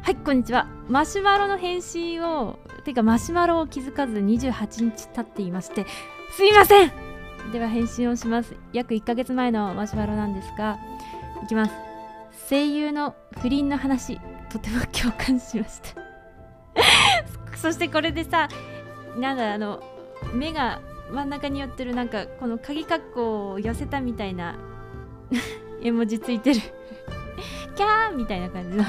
はい、こんにちは。マシュマロの返信をマシュマロを気づかず28日経っていまして、すいません。では返信をします。約1ヶ月前のマシュマロなんですが、いきます。声優の不倫の話、とても共感しましたそしてこれでさ、なんだ目が真ん中に寄ってる、なんかこの鍵括弧を寄せたみたいな絵文字ついてるキャーみたいな感じの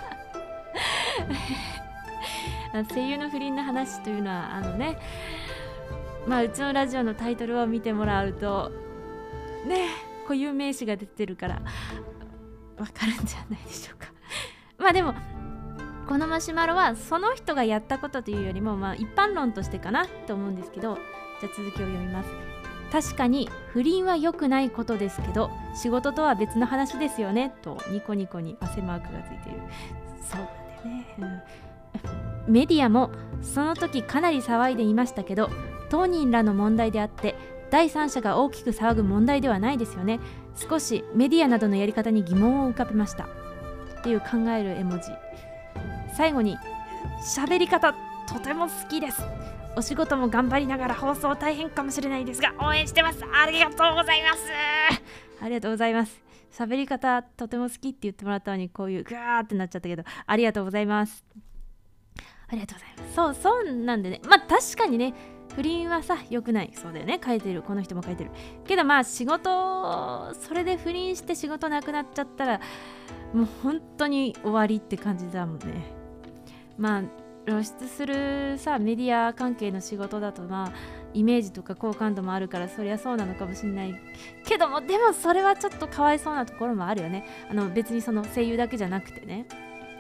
声優の不倫の話というのはうちのラジオのタイトルを見てもらうとね、固有名詞が出てるからわかるんじゃないでしょうか。でもこのマシュマロはその人がやったことというよりも一般論としてかなと思うんですけど、じゃあ続きを読みます。確かに不倫は良くないことですけど、仕事とは別の話ですよねとニコニコに汗マークがついている。そうなんだよね、メディアもその時かなり騒いでいましたけど、当人らの問題であって第三者が大きく騒ぐ問題ではないですよね。少しメディアなどのやり方に疑問を浮かべましたっていう考える絵文字。最後に喋り方とても好きです。お仕事も頑張りながら放送大変かもしれないですが応援してます。ありがとうございます。ありがとうございます。喋り方とても好きって言ってもらったのに、こういうグワーってなっちゃったけど、ありがとうございます。ありがとうございます。そうなんでね、確かにね、不倫はさ良くない。そうだよね、書いてる、この人も書いてるけど、仕事、それで不倫して仕事なくなっちゃったらもう本当に終わりって感じだもんね。露出するさメディア関係の仕事だとイメージとか好感度もあるから、そりゃそうなのかもしれないけども、でもそれはちょっとかわいそうなところもあるよね。別にその声優だけじゃなくてね、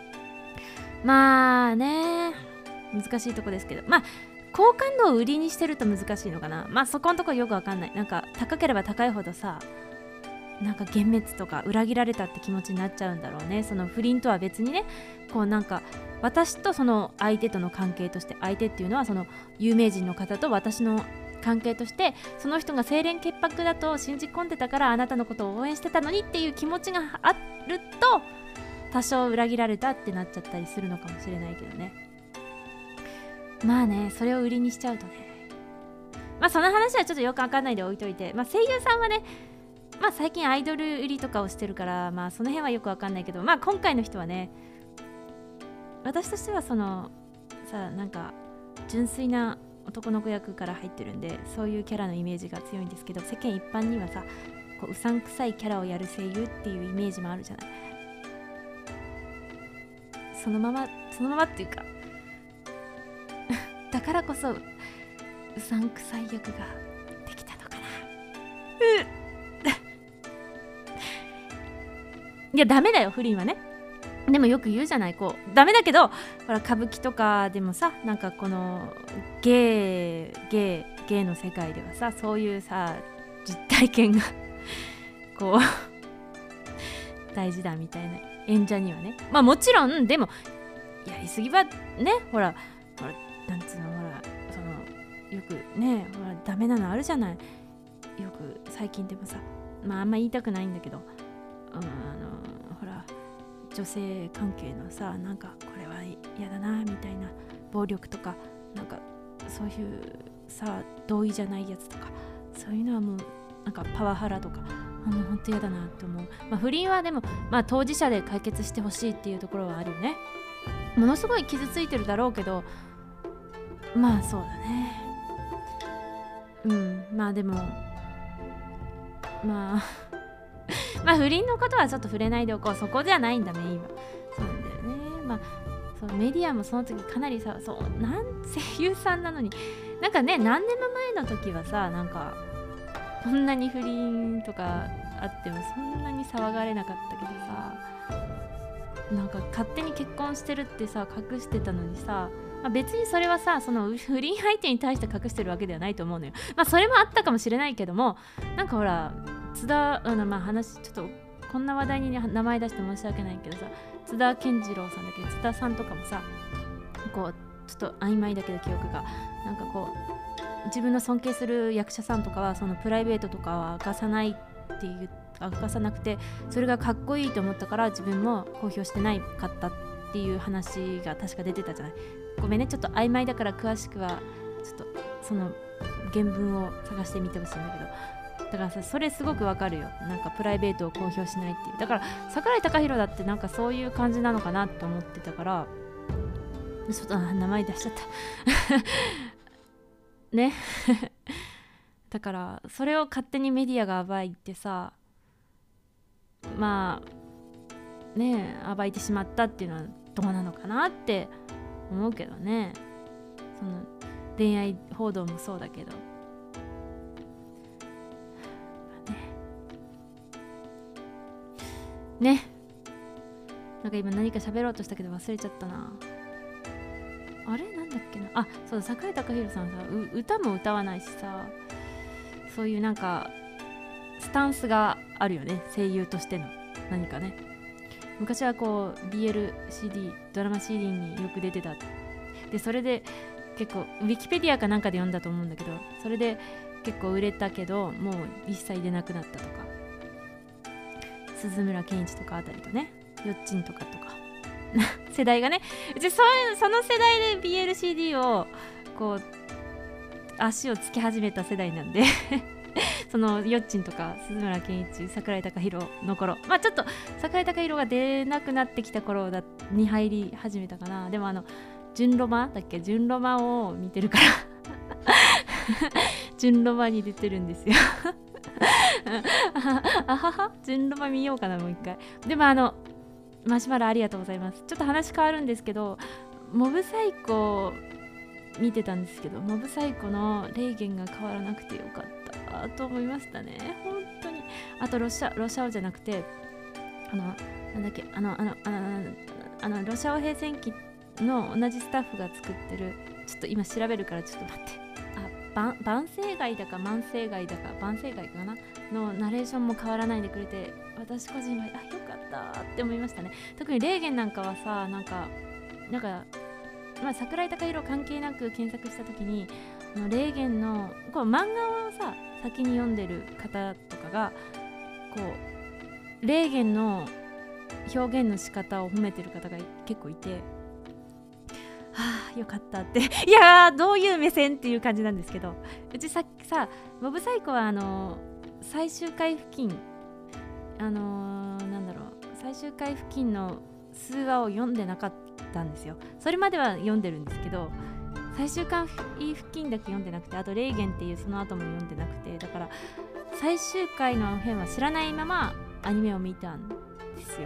難しいとこですけど、好感度を売りにしてると難しいのかな。そこのところよくわかんない。なんか高ければ高いほどさ、なんか幻滅とか裏切られたって気持ちになっちゃうんだろうね。その不倫とは別にね、こうなんか私とその相手との関係として、相手っていうのはその有名人の方と私の関係として、その人が清廉潔白だと信じ込んでたからあなたのことを応援してたのにっていう気持ちがあると、多少裏切られたってなっちゃったりするのかもしれないけどね。それを売りにしちゃうとね、その話はちょっとよくわかんないで置いといて、声優さんはね、最近アイドル売りとかをしてるから、その辺はよくわかんないけど、今回の人はね、私としてはそのさ、なんか純粋な男の子役から入ってるんで、そういうキャラのイメージが強いんですけど、世間一般にはさ、こううさんくさいキャラをやる声優っていうイメージもあるじゃない。そのままっていうかだからこそうさんくさい役ができたのかな。いやダメだよ、不倫はね。でもよく言うじゃない、こうダメだけど、ほら歌舞伎とかでもさ、なんかこのゲイの世界ではさ、そういうさ実体験がこう大事だみたいな、演者にはね。もちろんでもやりすぎはね、ほらなんつうの、そのよくね、ほらダメなのあるじゃない。よく最近でもさ、あんま言いたくないんだけど、ほら女性関係のさ、なんかこれは嫌だなみたいな暴力とか、なんかそういうさ同意じゃないやつとか、そういうのはもうなんかパワハラとか、もうほんと嫌だなって思う。不倫はでも当事者で解決してほしいっていうところはあるよね。ものすごい傷ついてるだろうけど、そうだね。でも不倫のことはちょっと触れないでおこう。そこじゃないんだね今。そうなんだよね。そうメディアもその時かなりさ、声優さんなのに、なんかね、何年も前の時はさ、なんかこんなに不倫とかあってもそんなに騒がれなかったけどさ、なんか勝手に結婚してるってさ隠してたのにさ、別にそれはさ、その不倫相手に対して隠してるわけではないと思うのよ。それもあったかもしれないけども、なんかほら津田、話ちょっとこんな話題に名前出して申し訳ないけどさ、津田健次郎さんだけど、津田さんとかもさ、こうちょっと曖昧だけど記憶が、なんかこう自分の尊敬する役者さんとかはそのプライベートとかは明かさないっていう、明かさなくて、それがかっこいいと思ったから自分も公表してないかったっっていう話が確か出てたじゃない。ごめんね、ちょっと曖昧だから詳しくはちょっとその原文を探してみてほしいんだけど、だからさ、それすごくわかるよ。なんかプライベートを公表しないっていう。だから桜井貴宏だってなんかそういう感じなのかなと思ってたから、ちょっと名前出しちゃったねだからそれを勝手にメディアが暴いてさ、まあね暴いてしまったっていうのはどうなのかなって思うけどね。その恋愛報道もそうだけど、ね。なんか今何か喋ろうとしたけど忘れちゃったな。あれなんだっけな。あ、そうだ、桜井貴宏さんさ、歌も歌わないしさ、そういうなんかスタンスがあるよね、声優としての。何かね、昔はこう BLCD ドラマ CD によく出てた。でそれで結構ウィキペディアかなんかで読んだと思うんだけど、それで結構売れたけどもう一切出なくなったとか、鈴村健一とかあたりとね、よっちんとか世代がね、うちその世代で BLCD をこう足をつき始めた世代なんでそのよっちんとか鈴村健一、桜井貴宏の頃、まあちょっと桜井貴宏が出なくなってきた頃に入り始めたかな。でも純ロマだっけ、純ロマを見てるから純ロマに出てるんですよあはは、純ロマ見ようかな、もう一回。でもマシュマロありがとうございます。ちょっと話変わるんですけど、モブサイコ見てたんですけど、モブサイコのレーゲンが変わらなくてよかったと思いましたね、本当に。あとロシアオじゃなくて、なんだっけ、ロシアオ平戦記の同じスタッフが作ってる、ちょっと今調べるからちょっと待って、万世街だか万世街だか万世街かなのナレーションも変わらないでくれて、私個人はよかったって思いましたね。特にレーゲンなんかはさ、なんかまあ、桜井貴宏関係なく検索した時にレーゲンのこう漫画をさ先に読んでる方とかがこうレーゲンの表現の仕方を褒めてる方が結構いて、はあよかったっていやーどういう目線っていう感じなんですけど、うちさモブサイコは最終回付近なんだろう、最終回付近の数話を読んでなかったんですよ。それまでは読んでるんですけど、最終回付近だけ読んでなくて、あとレーゲンっていうその後も読んでなくて、だから最終回の辺は知らないままアニメを見たんですよ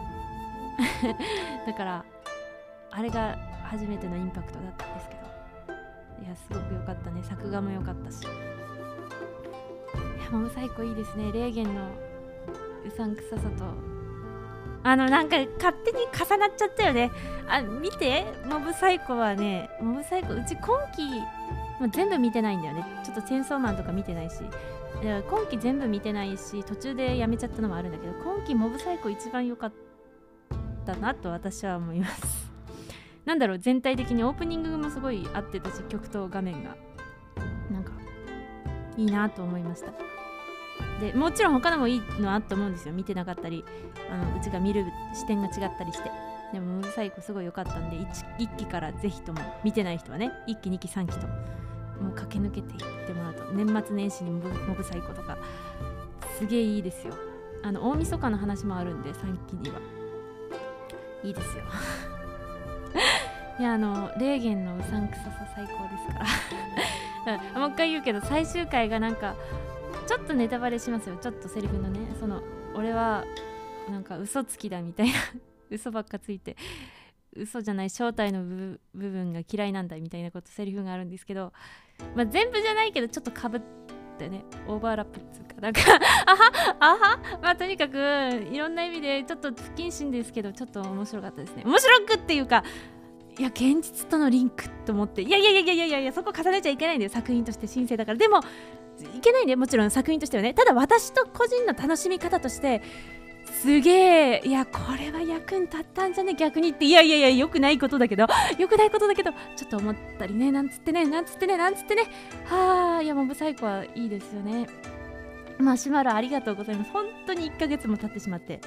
だからあれが初めてのインパクトだったんですけど、いやすごく良かったね。作画も良かったし、いやモブサイコいいですね。レーゲンのうさんくささとなんか勝手に重なっちゃったよね。見て、モブサイコはね、モブサイコうち今期、全部見てないんだよね。ちょっとチェンソーマンとか見てないし、今期全部見てないし、途中でやめちゃったのもあるんだけど、今期モブサイコ一番良かったなと私は思いますなんだろう、全体的にオープニングもすごい合ってたし、曲と画面がなんかいいなと思いました。でもちろん他のもいいのあったと思うんですよ、見てなかったりうちが見る視点が違ったりして。でもモブサイコすごい良かったんで 1期からぜひとも見てない人はね、1期2期3期ともう駆け抜けていってもらうと、年末年始にモブサイコとかすげえいいですよ。大晦日の話もあるんで3期にはいいですよいやレーゲンのうさんくささ最高ですからもう一回言うけど、最終回がなんかちょっとネタバレしますよ、ちょっとセリフのね、俺はなんか嘘つきだみたいな嘘ばっかついて嘘じゃない正体の部分が嫌いなんだみたいなことセリフがあるんですけど、全部じゃないけどちょっとかぶってね、オーバーラップっつうかなんかとにかくいろんな意味でちょっと不謹慎ですけど、ちょっと面白かったですね。面白くっていうか、いや現実とのリンクと思って、いやそこ重ねちゃいけないんだよ、作品として神聖だから。でもいけないんだよ、もちろん作品としてはね。ただ私と個人の楽しみ方としてすげえ、いやこれは役に立ったんじゃね逆にって、いや良くないことだけどちょっと思ったりね、なんつってねはあ、いやモブサイコはいいですよね。マシュマロありがとうございます。本当に1ヶ月も経ってしまって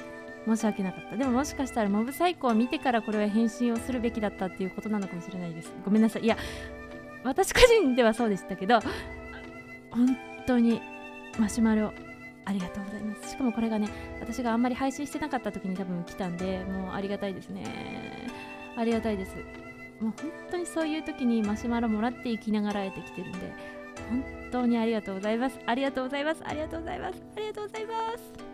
申し訳なかった。でももしかしたらモブサイコを見てからこれは返信をするべきだったっていうことなのかもしれないです。ごめんなさい。いや、私個人ではそうでしたけど、本当にマシュマロありがとうございます。しかもこれがね、私があんまり配信してなかった時に多分来たんで、もうありがたいですね。ありがたいです。もう本当にそういう時にマシュマロもらっていきながら会えてきてるんで、本当にありがとうございます。ありがとうございます。ありがとうございます。ありがとうございます。